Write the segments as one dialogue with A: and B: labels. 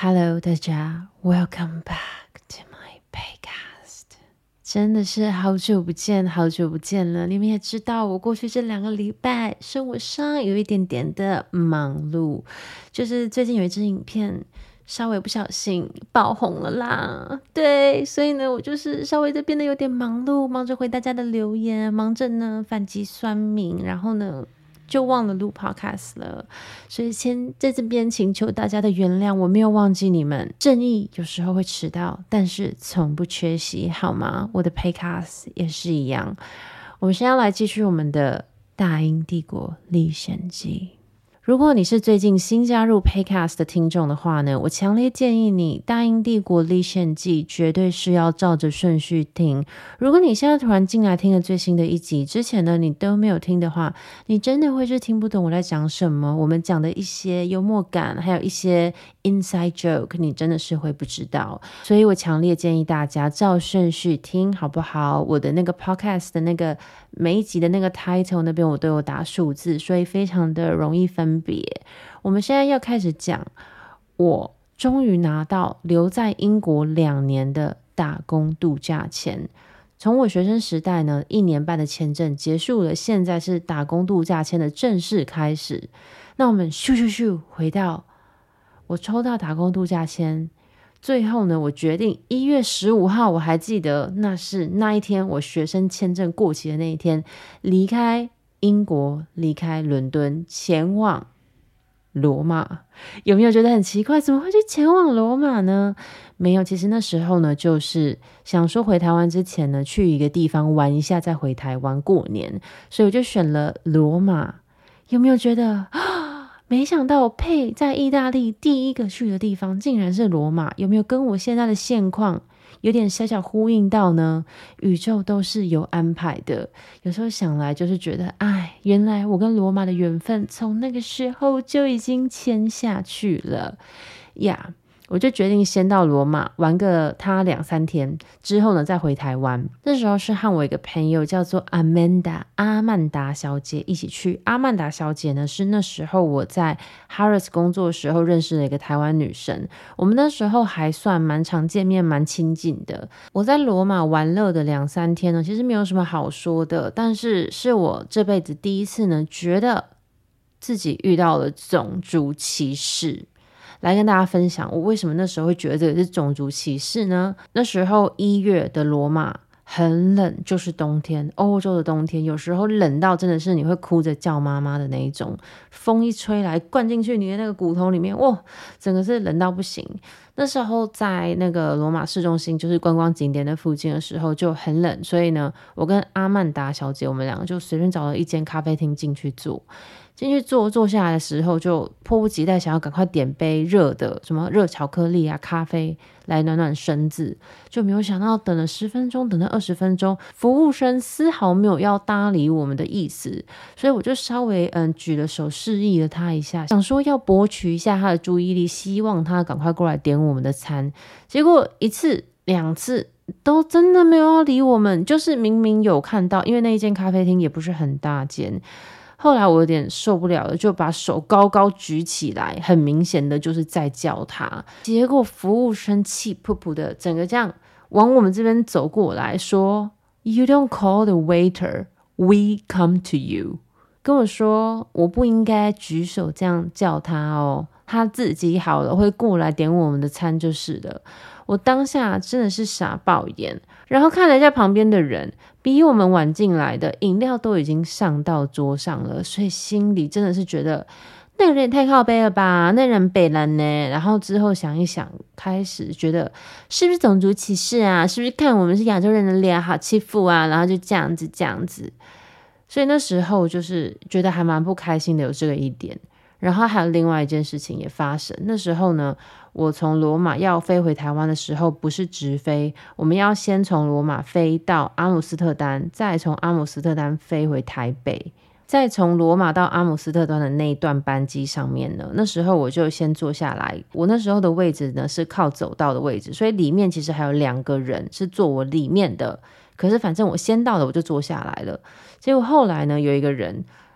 A: Hello， 大家 ，Welcome back to my podcast。真的是好久不见，好久不见了。你们也知道，我过去这2个礼拜生活上有一点点的忙碌，就是最近有一支影片稍微不小心爆红了啦。对，所以呢，我就是稍微的变得有点忙碌，忙着回大家的留言，忙着呢反击酸民，然后呢就忘了录 podcast 了，所以先在这边请求大家的原谅，我没有忘记你们。正义有时候会迟到，但是从不缺席，好吗？我的 podcast 也是一样。我们现在要来继续我们的大英帝国历险记。如果你是最近新加入 Podcast 的听众的话呢，我强烈建议你《大英帝国历险记》绝对是要照着顺序听。如果你现在突然进来听了最新的一集，之前呢你都没有听的话，你真的会是听不懂我在讲什么。我们讲的一些幽默感，还有一些 inside joke， 你真的是会不知道。所以我强烈建议大家照顺序听，好不好？我的那个 Podcast 的那个每一集的那个 title 那边我都有打数字，所以非常的容易分别。我们现在要开始讲我终于拿到留在英国2年的打工度假签。从我学生时代呢1年半的签证结束了，现在是打工度假签的正式开始。那我们咻咻咻回到我抽到打工度假签，最后呢我决定1月15号，我还记得那是那一天我学生签证过期的那一天，离开英国，离开伦敦，前往罗马。有没有觉得很奇怪，怎么会去前往罗马呢？没有，其实那时候呢就是想说回台湾之前呢去一个地方玩一下，再回台湾过年，所以我就选了罗马。有没有觉得没想到配在意大利第一个去的地方竟然是罗马？有没有跟我现在的现况有点小小呼应到呢？宇宙都是有安排的。有时候想来就是觉得，原来我跟罗马的缘分从那个时候就已经牵下去了呀。我就决定先到罗马玩个他2-3天，之后呢再回台湾。那时候是和我一个朋友叫做阿曼达小姐一起去。阿曼达小姐呢是那时候我在 Harrods 工作的时候认识的一个台湾女生，我们那时候还算蛮常见面，蛮亲近的。我在罗马玩乐的2-3天呢，其实没有什么好说的，但是是我这辈子第一次呢觉得自己遇到了种族歧视。来跟大家分享我为什么那时候会觉得这个是种族歧视呢？那时候1月的罗马很冷，就是冬天，欧洲的冬天，有时候冷到真的是你会哭着叫妈妈的那一种，风一吹来灌进去你的那个骨头里面，哇，整个是冷到不行。那时候在那个罗马市中心，就是观光景点的附近的时候就很冷，所以呢我跟阿曼达小姐我们2个就随便找了一间咖啡厅进去坐下来的时候，就迫不及待想要赶快点杯热的，什么热巧克力啊、咖啡来暖暖身子，就没有想到等了10分钟，等了20分钟，服务生丝毫没有要搭理我们的意思，所以我就稍微举了手示意了他一下，想说要博取一下他的注意力，希望他赶快过来点我们的餐。结果1次2次都真的没有要理我们，就是明明有看到，因为那一间咖啡厅也不是很大间。后来我有点受不了了，就把手高高举起来，很明显的就是在叫他。结果服务生气噗噗的整个这样往我们这边走过来说， You don't call the waiter, we come to you。 跟我说我不应该举手这样叫他哦，他自己好了会过来点我们的餐就是了。我当下真的是傻爆眼，然后看了一下旁边的人，比我们晚进来的饮料都已经上到桌上了，所以心里真的是觉得那个人也太靠背了吧，那人北蓝呢。然后之后想一想，开始觉得是不是种族歧视啊，是不是看我们是亚洲人的脸好欺负啊，然后就这样子。所以那时候就是觉得还蛮不开心的，有这个一点。然后还有另外一件事情也发生，那时候呢我从罗马要飞回台湾的时候不是直飞，我们要先从罗马飞到阿姆斯特丹，再从阿姆斯特丹飞回台北，再从罗马到阿姆斯特丹的那一段班机上面呢，那时候我就先坐下来，我那时候的位置呢是靠走道的位置，所以里面其实还有2个人是坐我里面的，可是反正我先到了我就坐下来了。结果后来呢有一个人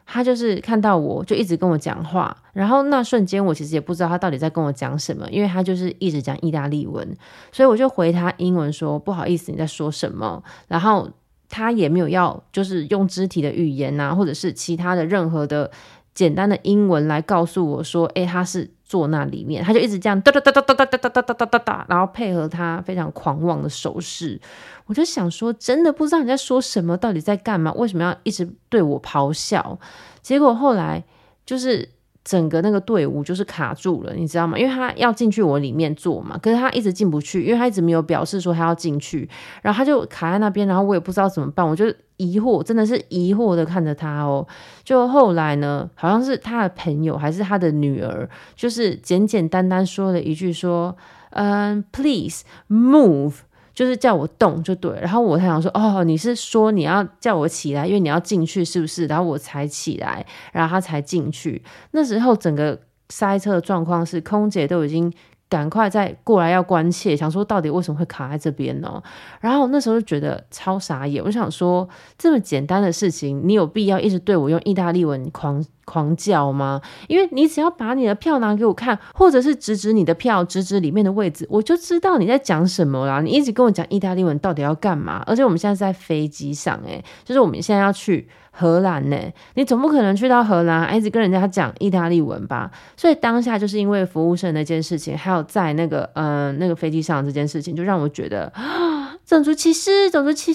A: 他就是看到我就一直跟我讲话，然后那瞬间我其实也不知道他到底在跟我讲什么，因为他就是一直讲意大利文，所以我就回他英文说不好意思你在说什么，然后他也没有要就是用肢体的语言啊，或者是其他的任何的简单的英文来告诉我说他是坐那里面，他就一直这样哒哒哒哒哒哒哒哒哒哒哒，然后配合他非常狂妄的手势，我就想说真的不知道你在说什么，到底在干嘛，为什么要一直对我咆哮。结果后来就是整个那个队伍就是卡住了，你知道吗？因为他要进去我里面坐嘛，可是他一直进不去，因为他一直没有表示说他要进去，然后他就卡在那边，然后我也不知道怎么办，我就疑惑，真的是疑惑的看着他哦。就后来呢，好像是他的朋友还是他的女儿，就是简简单单说了一句说please move，就是叫我动就对，然后我才想说你是说你要叫我起来，因为你要进去是不是？然后我才起来，然后他才进去。那时候整个塞车的状况是空姐都已经赶快再过来要关切，想说到底为什么会卡在这边呢？然后那时候就觉得超傻眼，我想说这么简单的事情你有必要一直对我用意大利文狂叫吗？因为你只要把你的票拿给我看，或者是指你的票，指里面的位置，我就知道你在讲什么啦。你一直跟我讲意大利文到底要干嘛？而且我们现在是在飞机上就是我们现在要去荷兰你总不可能去到荷兰一直跟人家讲意大利文吧。所以当下就是因为服务生那件事情，还有在那个飞机上这件事情，就让我觉得种族歧视。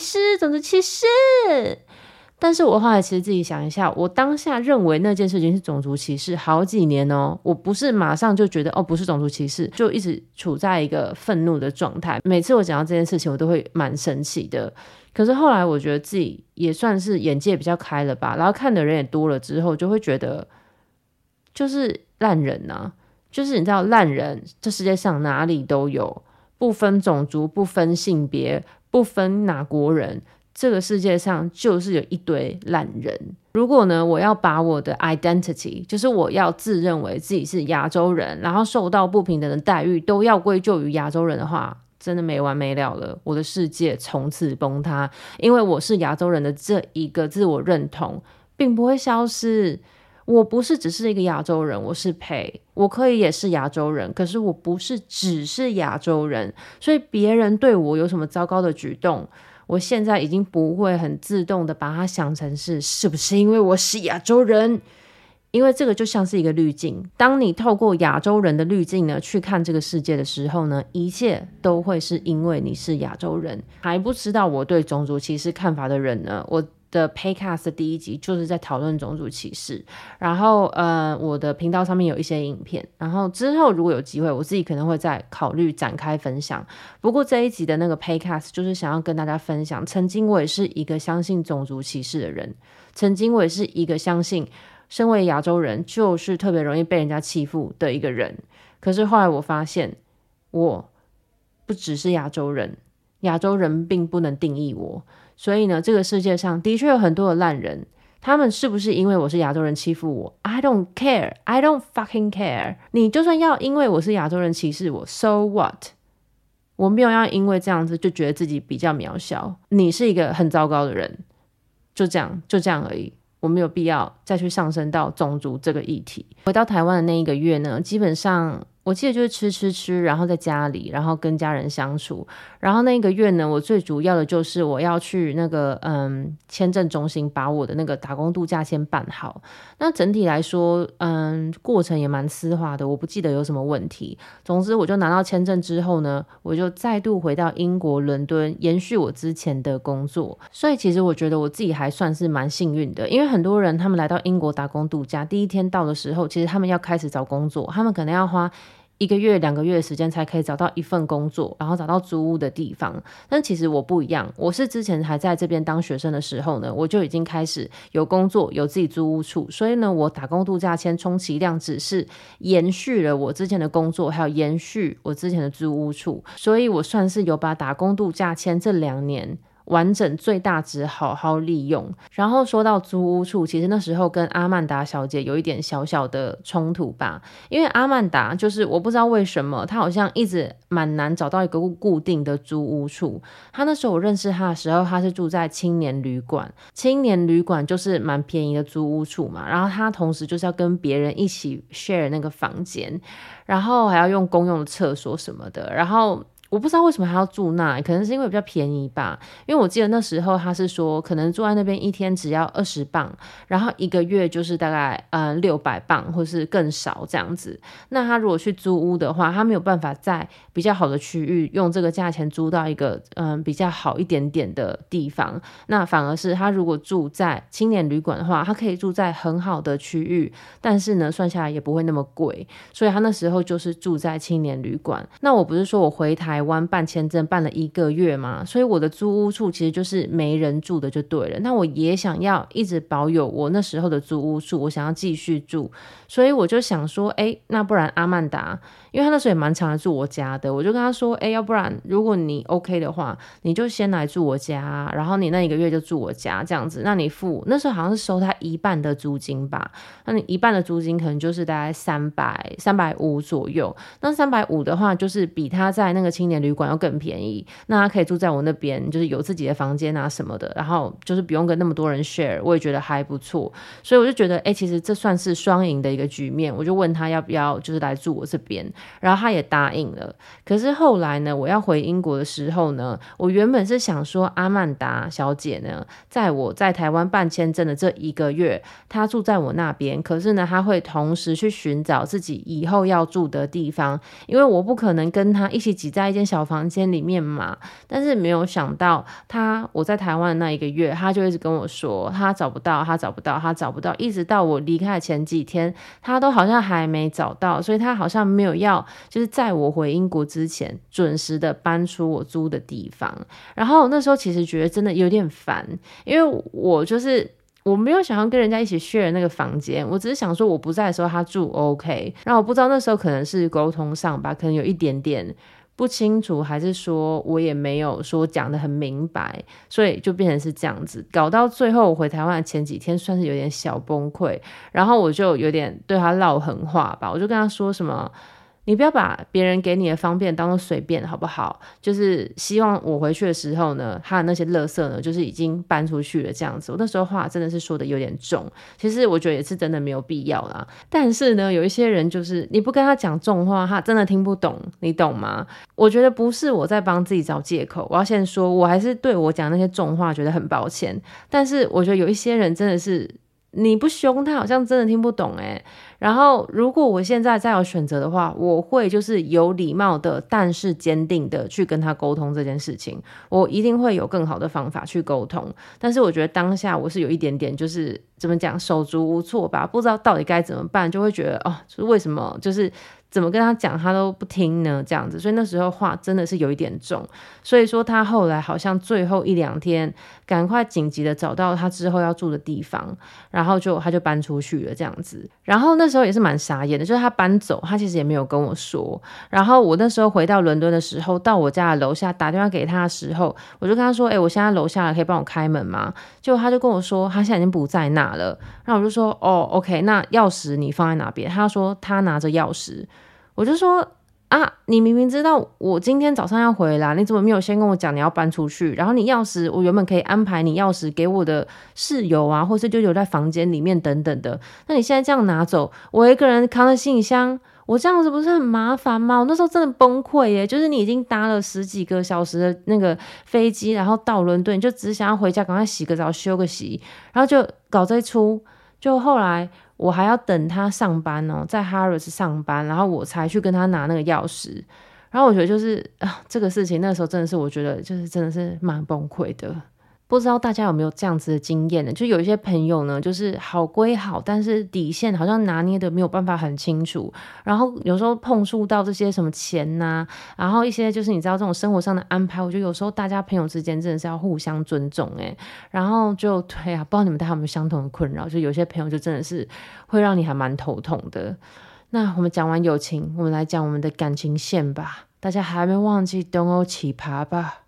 A: 但是我后来其实自己想一下，我当下认为那件事情是种族歧视好几年我不是马上就觉得不是种族歧视，就一直处在一个愤怒的状态。每次我讲到这件事情我都会蛮生气的，可是后来我觉得自己也算是眼界比较开了吧，然后看的人也多了之后，就会觉得就是烂人啊，就是你知道烂人这世界上哪里都有，不分种族，不分性别，不分哪国人，这个世界上就是有一堆烂人。如果呢我要把我的 identity， 就是我要自认为自己是亚洲人，然后受到不平等的待遇都要归咎于亚洲人的话，真的没完没了了，我的世界从此崩塌。因为我是亚洲人的这一个自我认同并不会消失，我不是只是一个亚洲人，我是配，我可以也是亚洲人，可是我不是只是亚洲人。所以别人对我有什么糟糕的举动，我现在已经不会很自动的把它想成是不是因为我是亚洲人，因为这个就像是一个滤镜，当你透过亚洲人的滤镜呢去看这个世界的时候呢，一切都会是因为你是亚洲人。还不知道我对种族歧视看法的人呢，我的 Paycast 的第一集就是在讨论种族歧视，然后我的频道上面有一些影片，然后之后如果有机会我自己可能会再考虑展开分享。不过这一集的那个 Paycast 就是想要跟大家分享，曾经我也是一个相信种族歧视的人，曾经我也是一个相信身为亚洲人就是特别容易被人家欺负的一个人，可是后来我发现我不只是亚洲人，亚洲人并不能定义我。所以呢，这个世界上的确有很多的烂人，他们是不是因为我是亚洲人欺负我？ I don't care, I don't fucking care。 你就算要因为我是亚洲人歧视我 So what？ 我没有要因为这样子就觉得自己比较渺小，你是一个很糟糕的人，就这样而已，我没有必要再去上升到种族这个议题。回到台湾的那一个月呢，基本上我记得就是吃，然后在家里，然后跟家人相处。然后那一个月呢，我最主要的就是我要去那个签证中心把我的那个打工度假签办好。那整体来说过程也蛮丝滑的，我不记得有什么问题。总之我就拿到签证之后呢，我就再度回到英国伦敦延续我之前的工作。所以其实我觉得我自己还算是蛮幸运的，因为很多人他们来到英国打工度假，第一天到的时候其实他们要开始找工作，他们可能要花1个月2个月的时间才可以找到一份工作，然后找到租屋的地方。但其实我不一样，我是之前还在这边当学生的时候呢，我就已经开始有工作，有自己租屋处，所以呢我打工度假签充其量只是延续了我之前的工作，还有延续我之前的租屋处，所以我算是有把打工度假签这2年完整最大值好好利用。然后说到租屋处，其实那时候跟阿曼达小姐有一点小小的冲突吧，因为阿曼达就是我不知道为什么她好像一直蛮难找到一个固定的租屋处。她那时候我认识她的时候，她是住在青年旅馆，青年旅馆就是蛮便宜的租屋处嘛，然后她同时就是要跟别人一起 share 那个房间，然后还要用公用的厕所什么的，然后我不知道为什么还要住那，可能是因为比较便宜吧。因为我记得那时候他是说，可能住在那边一天只要20磅，然后一个月就是大概600磅，或是更少这样子。那他如果去租屋的话，他没有办法在比较好的区域用这个价钱租到一个比较好一点点的地方。那反而是他如果住在青年旅馆的话，他可以住在很好的区域，但是呢算下来也不会那么贵。所以他那时候就是住在青年旅馆。那我不是说我回台湾办签证办了1个月嘛，所以我的租屋处其实就是没人住的就对了。那我也想要一直保有我那时候的租屋处，我想要继续住，所以我就想说那不然阿曼达，因为他那时候也蛮常来住我家的，我就跟他说要不然如果你 OK 的话，你就先来住我家，然后你那1个月就住我家这样子，那你付那时候好像是收他1半的租金吧，那你1半的租金可能就是大概350左右，那350的话就是比他在那个青年旅馆要更便宜，那他可以住在我那边，就是有自己的房间啊什么的，然后就是不用跟那么多人 share， 我也觉得还不错。所以我就觉得其实这算是双赢的一个局面，我就问他要不要就是来住我这边，然后他也答应了。可是后来呢，我要回英国的时候呢，我原本是想说阿曼达小姐呢，在我在台湾办签证的这1个月，她住在我那边，可是呢她会同时去寻找自己以后要住的地方，因为我不可能跟她一起挤在一间小房间里面嘛。但是没有想到我在台湾的那1个月，她就一直跟我说她找不到，一直到我离开的前几天，她都好像还没找到，所以她好像没有要就是在我回英国之前准时的搬出我租的地方。然后那时候其实觉得真的有点烦，因为我没有想要跟人家一起 share 那个房间，我只是想说我不在的时候他住 OK。 然后我不知道那时候可能是沟通上吧，可能有一点点不清楚，还是说我也没有说讲得很明白，所以就变成是这样子，搞到最后我回台湾的前几天算是有点小崩溃，然后我就有点对他撂狠话吧，我就跟他说什么你不要把别人给你的方便当做随便好不好，就是希望我回去的时候呢，他的那些垃圾呢就是已经搬出去了这样子。我那时候话真的是说的有点重，其实我觉得也是真的没有必要啦，但是呢有一些人就是你不跟他讲重话他真的听不懂，你懂吗？我觉得不是我在帮自己找借口，我要先说我还是对我讲那些重话觉得很抱歉，但是我觉得有一些人真的是你不凶他好像真的听不懂然后如果我现在再有选择的话，我会就是有礼貌的但是坚定的去跟他沟通这件事情，我一定会有更好的方法去沟通。但是我觉得当下我是有一点点就是怎么讲手足无措吧，不知道到底该怎么办，就会觉得就是为什么就是怎么跟他讲他都不听呢这样子，所以那时候话真的是有一点重。所以说他后来好像最后1-2天赶快紧急的找到他之后要住的地方，然后他就搬出去了这样子。然后那时候也是蛮傻眼的，就是他搬走他其实也没有跟我说，然后我那时候回到伦敦的时候，到我家的楼下打电话给他的时候，我就跟他说我现在楼下了，可以帮我开门吗？结果他就跟我说他现在已经不在那了。然后我就说OK， 那钥匙你放在哪边？他说他拿着钥匙。我就说你明明知道我今天早上要回来，你怎么没有先跟我讲你要搬出去？然后你钥匙我原本可以安排你钥匙给我的室友啊，或是就留在房间里面等等的，那你现在这样拿走，我一个人扛着行李箱，我这样子不是很麻烦吗？我那时候真的崩溃耶，就是你已经搭了10几个小时的那个飞机，然后到伦敦，你就只想要回家赶快洗个澡休个息，然后就搞这一出。就后来我还要等他上班在 Harrods 上班，然后我才去跟他拿那个钥匙。然后我觉得就是这个事情那时候真的是我觉得就是真的是蛮崩溃的。不知道大家有没有这样子的经验呢？就有一些朋友呢，就是好归好，但是底线好像拿捏的没有办法很清楚，然后有时候碰触到这些什么钱然后一些就是你知道这种生活上的安排，我觉得有时候大家朋友之间真的是要互相尊重然后就对不知道你们大家有没有相同的困扰，就有些朋友就真的是会让你还蛮头痛的。那我们讲完友情，我们来讲我们的感情线吧。大家还没忘记东欧奇葩吧？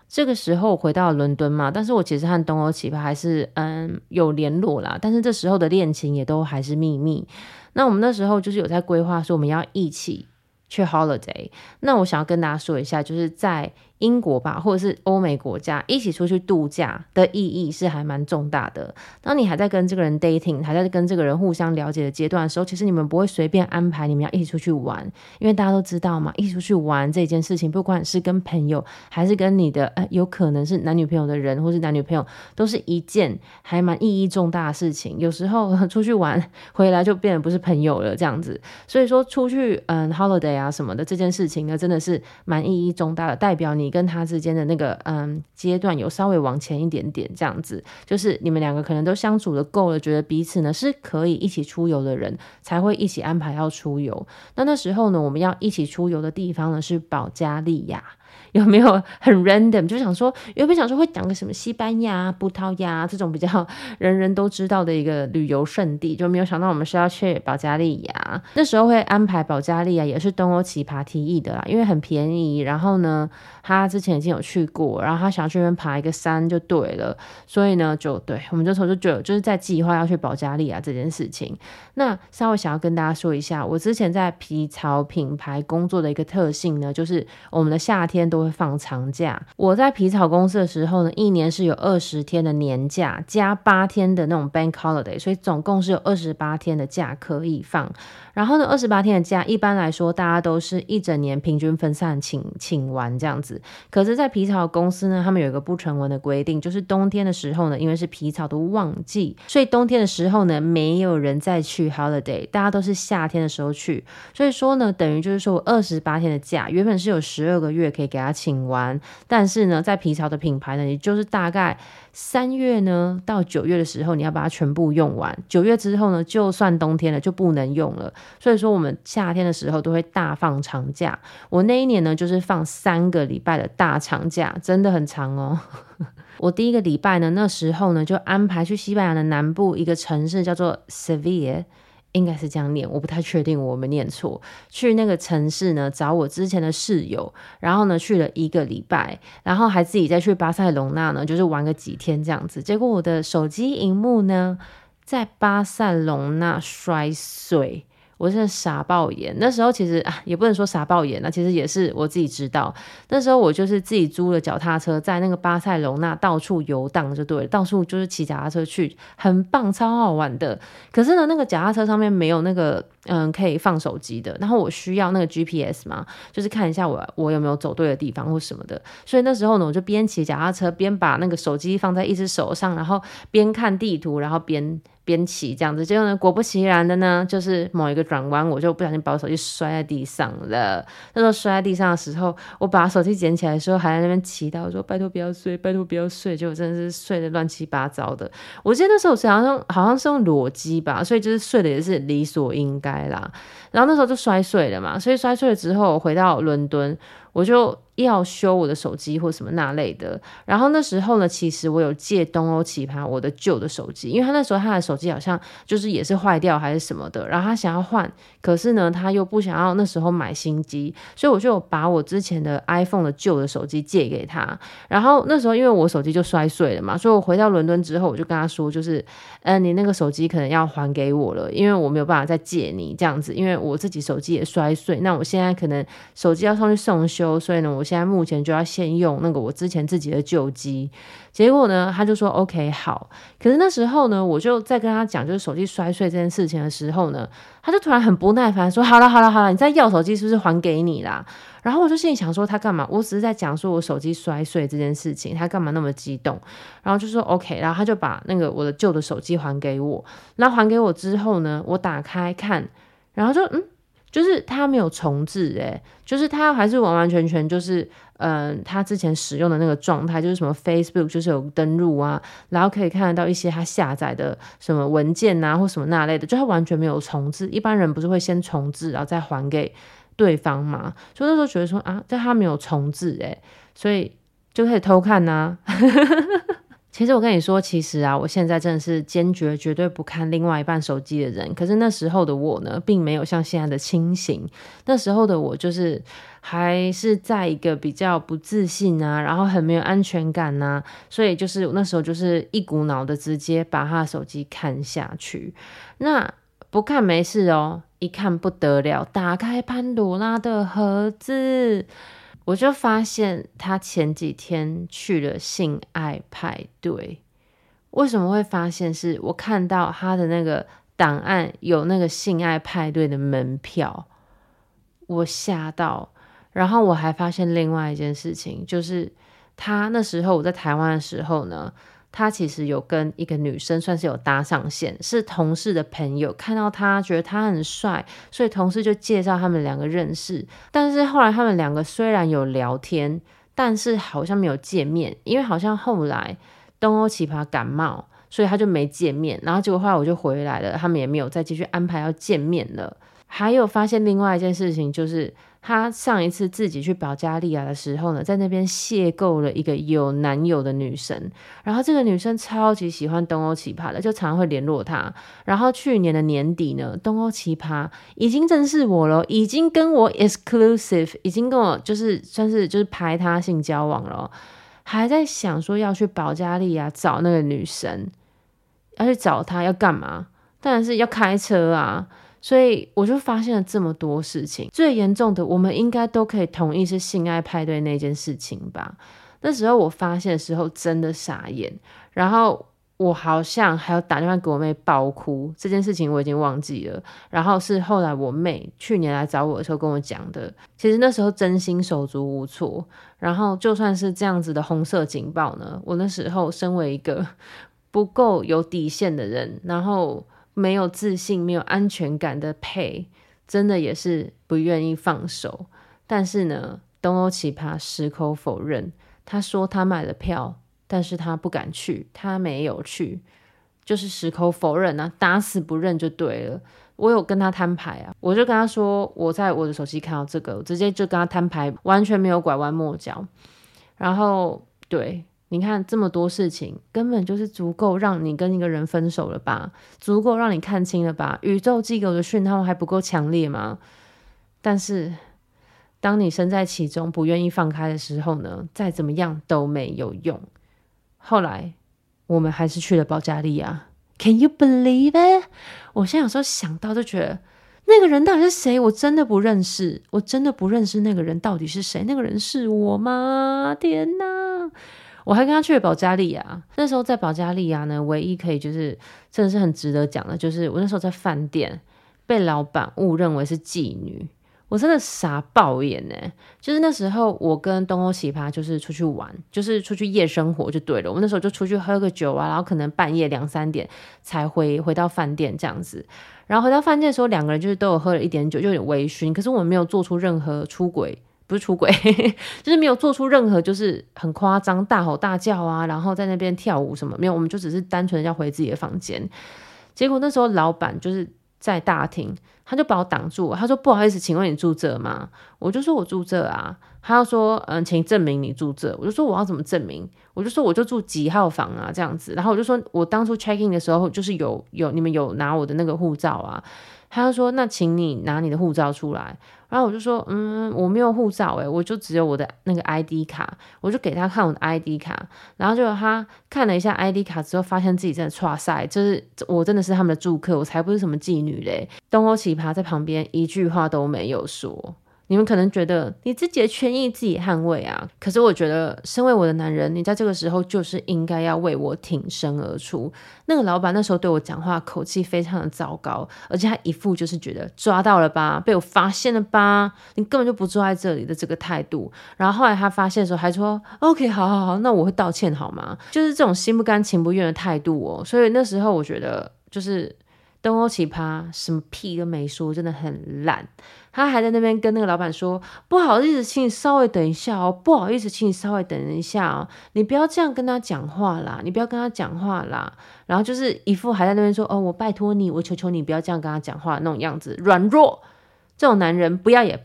A: 这个时候回到伦敦嘛，但是我其实和东欧奇葩还是有联络啦，但是这时候的恋情也都还是秘密。那我们那时候就是有在规划说我们要一起去 holiday。 那我想要跟大家说一下，就是在英国吧，或者是欧美国家一起出去度假的意义是还蛮重大的。当你还在跟这个人 dating， 还在跟这个人互相了解的阶段的时候，其实你们不会随便安排你们要一起出去玩，因为大家都知道嘛，一起出去玩这件事情，不管是跟朋友还是跟你的有可能是男女朋友的人或是男女朋友，都是一件还蛮意义重大的事情。有时候出去玩回来就变得不是朋友了这样子，所以说出去holiday 啊什么的这件事情呢，真的是蛮意义重大的，代表你跟他之间的那个阶段有稍微往前一点点这样子，就是你们两个可能都相处的够了，觉得彼此呢是可以一起出游的人，才会一起安排要出游。那时候呢，我们要一起出游的地方呢是保加利亚。有没有很 random？ 就想说原本想说会讲个什么西班牙、葡萄牙这种比较人人都知道的一个旅游胜地，就没有想到我们是要去保加利亚。那时候会安排保加利亚也是东欧奇葩提议的啦，因为很便宜，然后呢他之前已经有去过，然后他想要去那边爬一个山就对了，所以呢就对，我们这时候就是在计划要去保加利亚这件事情。那稍微想要跟大家说一下，我之前在皮草品牌工作的一个特性呢，就是我们的夏天都会放长假。我在皮草公司的时候呢，一年是有20天的年假加8天的那种 bank holiday， 所以总共是有28天的假可以放。然后呢28天的假一般来说大家都是一整年平均分散请完这样子。可是在皮草公司呢，他们有一个不成文的规定，就是冬天的时候呢，因为是皮草的旺季，所以冬天的时候呢没有人再去 holiday， 大家都是夏天的时候去。所以说呢，等于就是说我28天的假原本是有12个月可以给他请完，但是呢在皮草的品牌呢，也就是大概3月呢到9月的时候你要把它全部用完，9月之后呢就算冬天了就不能用了。所以说我们夏天的时候都会大放长假，我那一年呢就是放3个礼拜的大长假，真的很长哦。我第一个礼拜呢，那时候呢就安排去西班牙的南部一个城市叫做 Sevilla，应该是这样念，我不太确定我没念错。去那个城市呢找我之前的室友，然后呢去了1个礼拜，然后还自己再去巴塞隆纳呢就是玩个几天这样子。结果我的手机荧幕呢在巴塞隆纳摔碎，我真的傻爆眼。那时候其实也不能说傻爆眼，其实也是我自己知道。那时候我就是自己租了脚踏车，在那个巴塞隆纳到处游荡就对了，到处就是骑脚踏车去，很棒，超好玩的。可是呢，那个脚踏车上面没有那个可以放手机的，然后我需要那个 GPS 嘛，就是看一下我有没有走对的地方或什么的。所以那时候呢，我就边骑脚踏车边把那个手机放在一只手上，然后边看地图，然后边骑这样子。结果呢，果不其然的呢，就是某一个转弯，我就不小心把我手机摔在地上了。那时候摔在地上的时候，我把手机捡起来的时候，还在那边祈祷说：“拜托不要碎，拜托不要碎。”结果真的是碎的乱七八糟的。我记得那时候好像是用裸机吧，所以就是碎的也是理所应该啦。然后那时候就摔碎了嘛，所以摔碎了之后，我回到伦敦，我就要修我的手机或什么那类的。然后那时候呢，其实我有借东欧奇葩我的旧的手机，因为他那时候他的手机好像就是也是坏掉还是什么的，然后他想要换，可是呢他又不想要那时候买新机，所以我就有把我之前的 iPhone 的旧的手机借给他。然后那时候因为我手机就摔碎了嘛，所以我回到伦敦之后，我就跟他说，就是你那个手机可能要还给我了，因为我没有办法再借你这样子，因为我自己手机也摔碎，那我现在可能手机要上去送修，所以呢我现在目前就要先用那个我之前自己的旧机。结果呢他就说 OK 好。可是那时候呢我就在跟他讲就是手机摔碎这件事情的时候呢，他就突然很不耐烦说好了，你再要手机是不是还给你啦？然后我就心里想说他干嘛，我只是在讲说我手机摔碎这件事情，他干嘛那么激动？然后就说 OK， 然后他就把那个我的旧的手机还给我。然后还给我之后呢，我打开看，然后就是他没有重置就是他还是完完全全就是他之前使用的那个状态，就是什么 Facebook 就是有登入啊，然后可以看得到一些他下载的什么文件啊或什么那类的，就他完全没有重置。一般人不是会先重置然后再还给对方嘛，所以那时候觉得说但他没有重置所以就可以偷看啊其实我跟你说，其实啊，我现在真的是坚决绝对不看另外一半手机的人。可是那时候的我呢，并没有像现在的清醒。那时候的我就是还是在一个比较不自信啊，然后很没有安全感啊，所以就是那时候就是一股脑的直接把他的手机看下去。那不看没事哦，一看不得了，打开潘朵拉的盒子。我就发现他前几天去了性爱派对。为什么会发现？是我看到他的那个档案有那个性爱派对的门票，我吓到。然后我还发现另外一件事情，就是他那时候我在台湾的时候呢，他其实有跟一个女生算是有搭上线，是同事的朋友，看到他觉得他很帅，所以同事就介绍他们两个认识。但是后来他们两个虽然有聊天，但是好像没有见面，因为好像后来东欧奇葩感冒，所以他就没见面。然后结果后来我就回来了，他们也没有再继续安排要见面了。还有发现另外一件事情，就是他上一次自己去保加利亚的时候呢，在那边邂逅了一个有男友的女生，然后这个女生超级喜欢东欧奇葩的，就常常会联络他。然后去年的年底呢，东欧奇葩已经认识我了，已经跟我 exclusive， 已经跟我就是算是就是排他性交往了，还在想说要去保加利亚找那个女生，要去找她要干嘛？当然是要开车啊。所以我就发现了这么多事情，最严重的我们应该都可以同意是性爱派对那件事情吧。那时候我发现的时候真的傻眼，然后我好像还有打电话给我妹爆哭，这件事情我已经忘记了。然后是后来我妹去年来找我的时候跟我讲的，其实那时候真心手足无措。然后就算是这样子的红色警报呢，我那时候身为一个不够有底线的人，然后没有自信没有安全感的配，真的也是不愿意放手。但是呢，东欧奇葩矢口否认，他说他买了票，但是他不敢去，他没有去，就是矢口否认啊，打死不认就对了。我有跟他摊牌啊，我就跟他说我在我的手机看到这个，我直接就跟他摊牌，完全没有拐弯抹角。然后对，你看这么多事情，根本就是足够让你跟一个人分手了吧，足够让你看清了吧，宇宙寄给我的讯号还不够强烈吗？但是当你身在其中不愿意放开的时候呢，再怎么样都没有用。后来我们还是去了保加利亚。 Can you believe it？ 我现在有时候想到就觉得那个人到底是谁？我真的不认识，我真的不认识那个人到底是谁？那个人是我吗？天哪！我还跟他去了保加利亚。那时候在保加利亚呢，唯一可以就是真的是很值得讲的，就是我那时候在饭店被老板误认为是妓女，我真的傻爆眼耶。就是那时候我跟东欧奇葩就是出去玩，就是出去夜生活就对了。我们那时候就出去喝个酒啊，然后可能半夜2-3点才回到饭店这样子。然后回到饭店的时候，两个人就是都有喝了一点酒，就有点微醺。可是我们没有做出任何出轨，不是出轨就是没有做出任何就是很夸张大吼大叫啊，然后在那边跳舞什么，没有，我们就只是单纯的要回自己的房间。结果那时候老板就是在大厅，他就把我挡住了，他说不好意思，请问你住这吗？我就说我住这啊。他就说请证明你住这。我就说我要怎么证明？我就说我就住几号房啊这样子。然后我就说我当初 check in 的时候就是有你们有拿我的那个护照啊。他就说那请你拿你的护照出来。然后我就说我没有护照我就只有我的那个 ID 卡。我就给他看我的 ID 卡，然后就他看了一下 ID 卡之后，发现自己真的剉赛，就是我真的是他们的住客，我才不是什么妓女嘞。东欧奇葩在旁边一句话都没有说。你们可能觉得你自己的权益自己捍卫啊，可是我觉得身为我的男人，你在这个时候就是应该要为我挺身而出。那个老板那时候对我讲话口气非常的糟糕，而且他一副就是觉得抓到了吧，被我发现了吧，你根本就不坐在这里的这个态度。然后后来他发现的时候还说 OK 好，那我会道歉好吗？就是这种心不甘情不愿的态度所以那时候我觉得就是东欧奇葩什么屁都没说，真的很烂。他还在那边跟那个老板说不好意思请你稍微等一下不好意思请你稍微等一下你不要这样跟他讲话啦，你不要跟他讲话啦。然后就是一副还在那边说我拜托你，我求求你不要这样跟他讲话那种样子，软弱。这种男人不要也罢，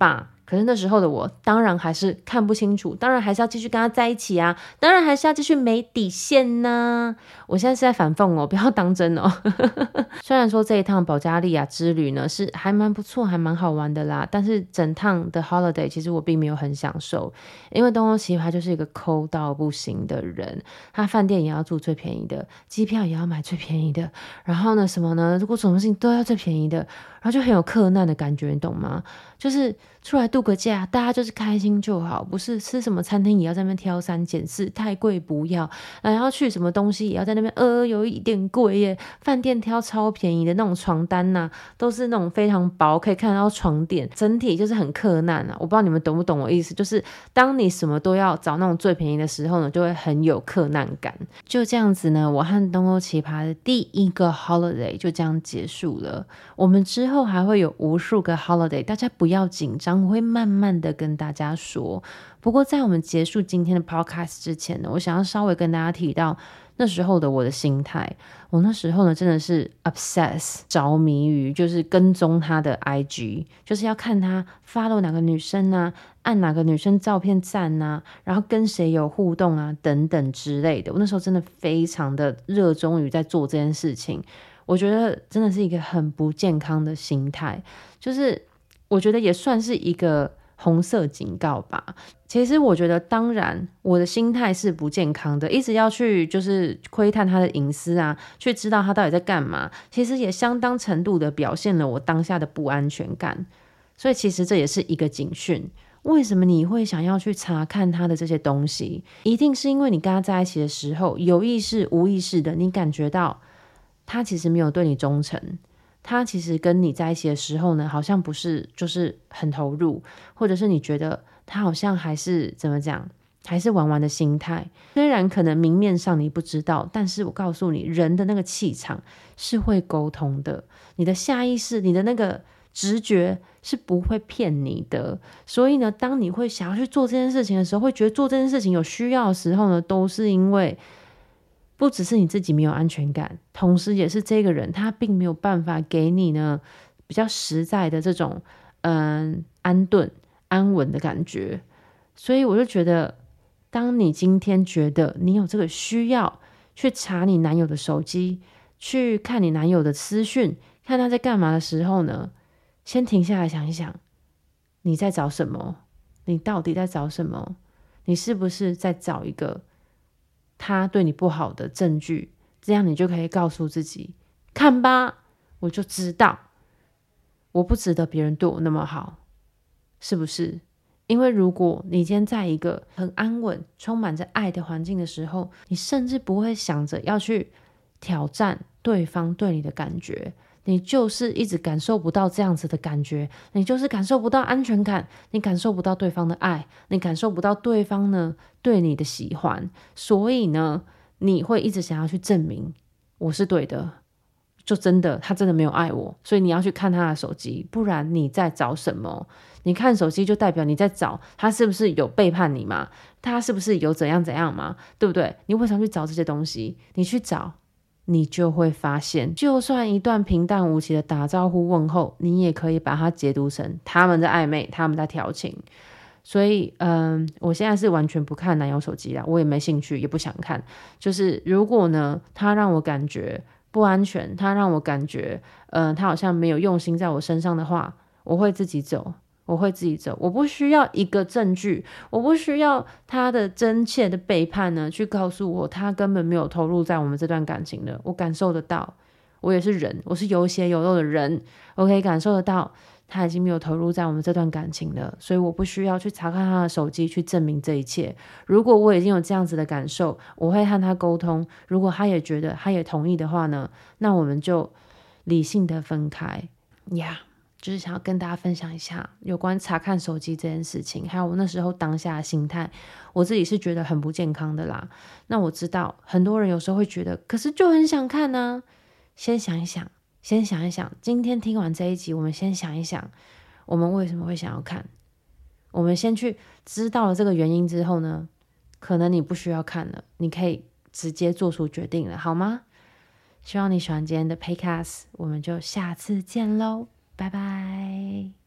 A: 可是那时候的我当然还是看不清楚，当然还是要继续跟他在一起啊，当然还是要继续没底线呢。我现在是在反讽哦，不要当真哦。虽然说这一趟保加利亚之旅呢是还蛮不错，还蛮好玩的啦，但是整趟的 holiday 其实我并没有很享受，因为东欧奇葩就是一个抠到不行的人，他饭店也要住最便宜的，机票也要买最便宜的，然后呢什么呢，如果什么事情都要最便宜的，然后就很有克难的感觉，你懂吗？就是出来度个假，大家就是开心就好，不是吃什么餐厅也要在那边挑三拣四，太贵不要，然后去什么东西也要在那边有一点贵耶，饭店挑超便宜的那种床单啊，都是那种非常薄，可以看得到床垫，整体就是很克难啊。我不知道你们懂不懂我意思，就是当你什么都要找那种最便宜的时候呢，就会很有克难感。就这样子呢，我和东欧奇葩的第一个 holiday 就这样结束了。我们之后还会有无数个 holiday， 大家不要紧张，我会慢慢的跟大家说。不过在我们结束今天的 podcast 之前呢，我想要稍微跟大家提到那时候的我的心态。我那时候呢真的是 obsess 着迷于就是跟踪他的 IG， 就是要看他 follow 哪个女生啊，按哪个女生照片赞啊，然后跟谁有互动啊等等之类的。我那时候真的非常的热衷于在做这件事情，我觉得真的是一个很不健康的心态，就是我觉得也算是一个红色警告吧。其实我觉得当然我的心态是不健康的，一直要去就是窥探他的隐私啊，去知道他到底在干嘛，其实也相当程度的表现了我当下的不安全感。所以其实这也是一个警讯，为什么你会想要去查看他的这些东西，一定是因为你跟他在一起的时候有意识无意识的你感觉到他其实没有对你忠诚，他其实跟你在一起的时候呢好像不是就是很投入，或者是你觉得他好像还是怎么讲，还是玩玩的心态。虽然可能明面上你不知道，但是我告诉你，人的那个气场是会沟通的，你的下意识，你的那个直觉是不会骗你的。所以呢，当你会想要去做这件事情的时候，会觉得做这件事情有需要的时候呢，都是因为不只是你自己没有安全感，同时也是这个人他并没有办法给你呢比较实在的这种安顿安稳的感觉。所以我就觉得，当你今天觉得你有这个需要去查你男友的手机，去看你男友的私讯，看他在干嘛的时候呢，先停下来想一想，你在找什么？你到底在找什么？你是不是在找一个他对你不好的证据？这样你就可以告诉自己，看吧，我就知道我不值得别人对我那么好，是不是？因为如果你今天在一个很安稳充满着爱的环境的时候，你甚至不会想着要去挑战对方对你的感觉，你就是一直感受不到这样子的感觉，你就是感受不到安全感，你感受不到对方的爱，你感受不到对方呢对你的喜欢，所以呢你会一直想要去证明我是对的，就真的他真的没有爱我，所以你要去看他的手机，不然你在找什么？你看手机就代表你在找他是不是有背叛你嘛，他是不是有怎样怎样嘛，对不对？你为什么去找这些东西？你去找，你就会发现，就算一段平淡无奇的打招呼问候，你也可以把它解读成他们在暧昧，他们在调情。所以我现在是完全不看男友手机啦，我也没兴趣，也不想看。就是如果呢他让我感觉不安全，他让我感觉他好像没有用心在我身上的话，我会自己走，我会自己走，我不需要一个证据，我不需要他的真切的背叛呢去告诉我他根本没有投入在我们这段感情的。我感受得到，我也是人，我是有血有肉的人，我可以感受得到他已经没有投入在我们这段感情了，所以我不需要去查看他的手机去证明这一切。如果我已经有这样子的感受，我会和他沟通，如果他也觉得他也同意的话呢，那我们就理性的分开呀。就是想要跟大家分享一下有关查看手机这件事情，还有我那时候当下的心态，我自己是觉得很不健康的啦。那我知道很多人有时候会觉得，可是就很想看啊。先想一想，先想一想，今天听完这一集，我们先想一想，我们为什么会想要看？我们先去知道了这个原因之后呢，可能你不需要看了，你可以直接做出决定了，好吗？希望你喜欢今天的 Podcast， 我们就下次见喽。拜拜。